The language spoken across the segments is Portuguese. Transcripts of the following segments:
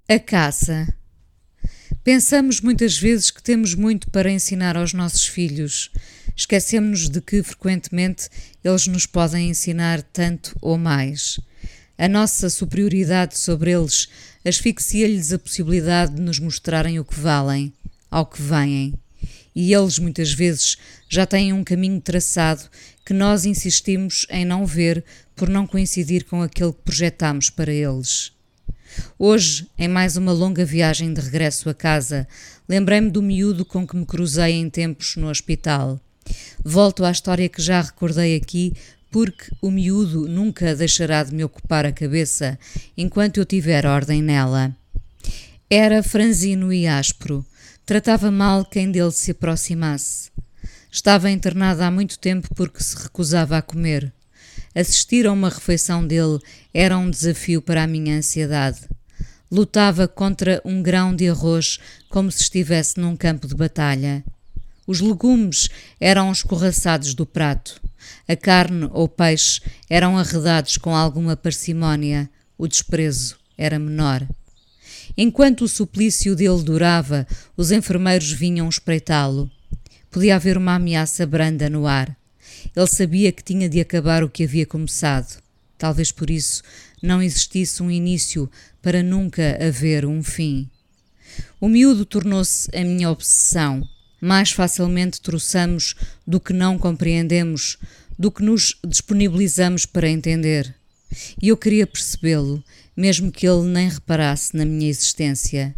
A caça. Pensamos muitas vezes que temos muito para ensinar aos nossos filhos. Esquecemos-nos de que, frequentemente, eles nos podem ensinar tanto ou mais. A nossa superioridade sobre eles asfixia-lhes a possibilidade de nos mostrarem o que valem, ao que vêm. E eles, muitas vezes, já têm um caminho traçado que nós insistimos em não ver por não coincidir com aquele que projetamos para eles. Hoje, em mais uma longa viagem de regresso a casa, lembrei-me do miúdo com que me cruzei em tempos no hospital. Volto à história que já recordei aqui, porque o miúdo nunca deixará de me ocupar a cabeça enquanto eu tiver ordem nela. Era franzino e áspero, tratava mal quem dele se aproximasse. Estava internado há muito tempo porque se recusava a comer. Assistir a uma refeição dele era um desafio para a minha ansiedade. Lutava contra um grão de arroz como se estivesse num campo de batalha. Os legumes eram escorraçados do prato. A carne ou peixe eram arredados com alguma parcimónia. O desprezo era menor. Enquanto o suplício dele durava, os enfermeiros vinham espreitá-lo. Podia haver uma ameaça branda no ar. Ele sabia que tinha de acabar o que havia começado. Talvez por isso não existisse um início para nunca haver um fim. O miúdo tornou-se a minha obsessão. Mais facilmente troçamos do que não compreendemos, do que nos disponibilizamos para entender. E eu queria percebê-lo, mesmo que ele nem reparasse na minha existência.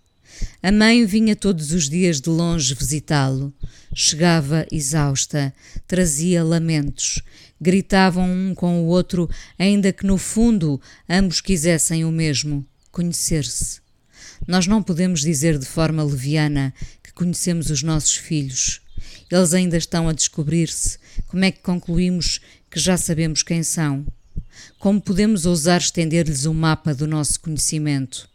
A mãe vinha todos os dias de longe visitá-lo. Chegava exausta, trazia lamentos. Gritavam um com o outro, ainda que no fundo ambos quisessem o mesmo, conhecer-se. Nós não podemos dizer de forma leviana que conhecemos os nossos filhos. Eles ainda estão a descobrir-se. Como é que concluímos que já sabemos quem são? Como podemos ousar estender-lhes um mapa do nosso conhecimento?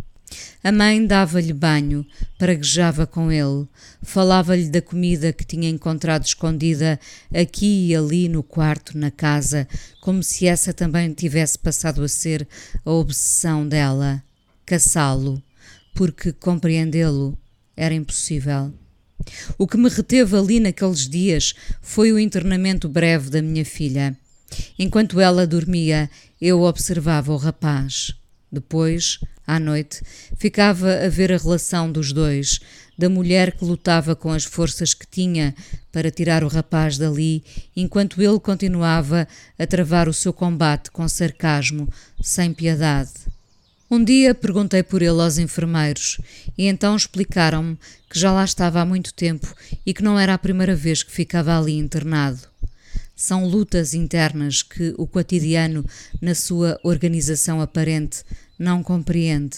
A mãe dava-lhe banho, praguejava com ele, falava-lhe da comida que tinha encontrado escondida aqui e ali no quarto, na casa, como se essa também tivesse passado a ser a obsessão dela. Caçá-lo, porque compreendê-lo era impossível. O que me reteve ali naqueles dias foi o internamento breve da minha filha. Enquanto ela dormia, eu observava o rapaz. Depois, à noite, ficava a ver a relação dos dois, da mulher que lutava com as forças que tinha para tirar o rapaz dali, enquanto ele continuava a travar o seu combate com sarcasmo, sem piedade. Um dia perguntei por ele aos enfermeiros e então explicaram-me que já lá estava há muito tempo e que não era a primeira vez que ficava ali internado. São lutas internas que o quotidiano, na sua organização aparente, não compreende.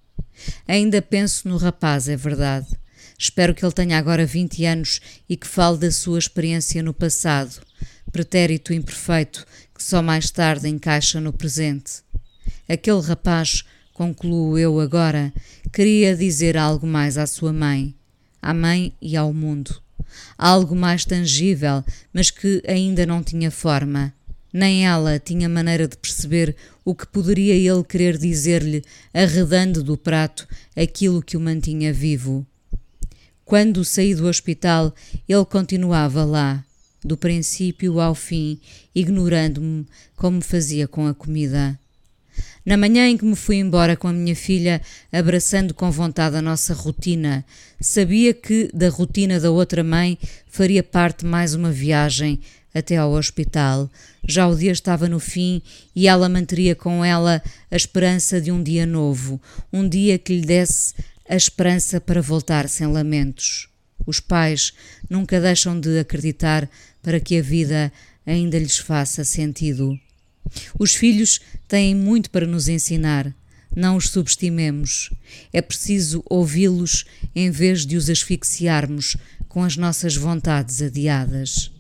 Ainda penso no rapaz, é verdade. Espero que ele tenha agora 20 anos e que fale da sua experiência no passado, pretérito imperfeito que só mais tarde encaixa no presente. Aquele rapaz, concluo eu agora, queria dizer algo mais à sua mãe, à mãe e ao mundo. Algo mais tangível, mas que ainda não tinha forma. Nem ela tinha maneira de perceber o que poderia ele querer dizer-lhe, arredando do prato aquilo que o mantinha vivo. Quando saí do hospital, ele continuava lá, do princípio ao fim, ignorando-me como fazia com a comida. Na manhã em que me fui embora com a minha filha, abraçando com vontade a nossa rotina, sabia que da rotina da outra mãe faria parte mais uma viagem até ao hospital. Já o dia estava no fim e ela manteria com ela a esperança de um dia novo, um dia que lhe desse a esperança para voltar sem lamentos. Os pais nunca deixam de acreditar para que a vida ainda lhes faça sentido. Os filhos têm muito para nos ensinar, não os subestimemos. É preciso ouvi-los em vez de os asfixiarmos com as nossas vontades adiadas.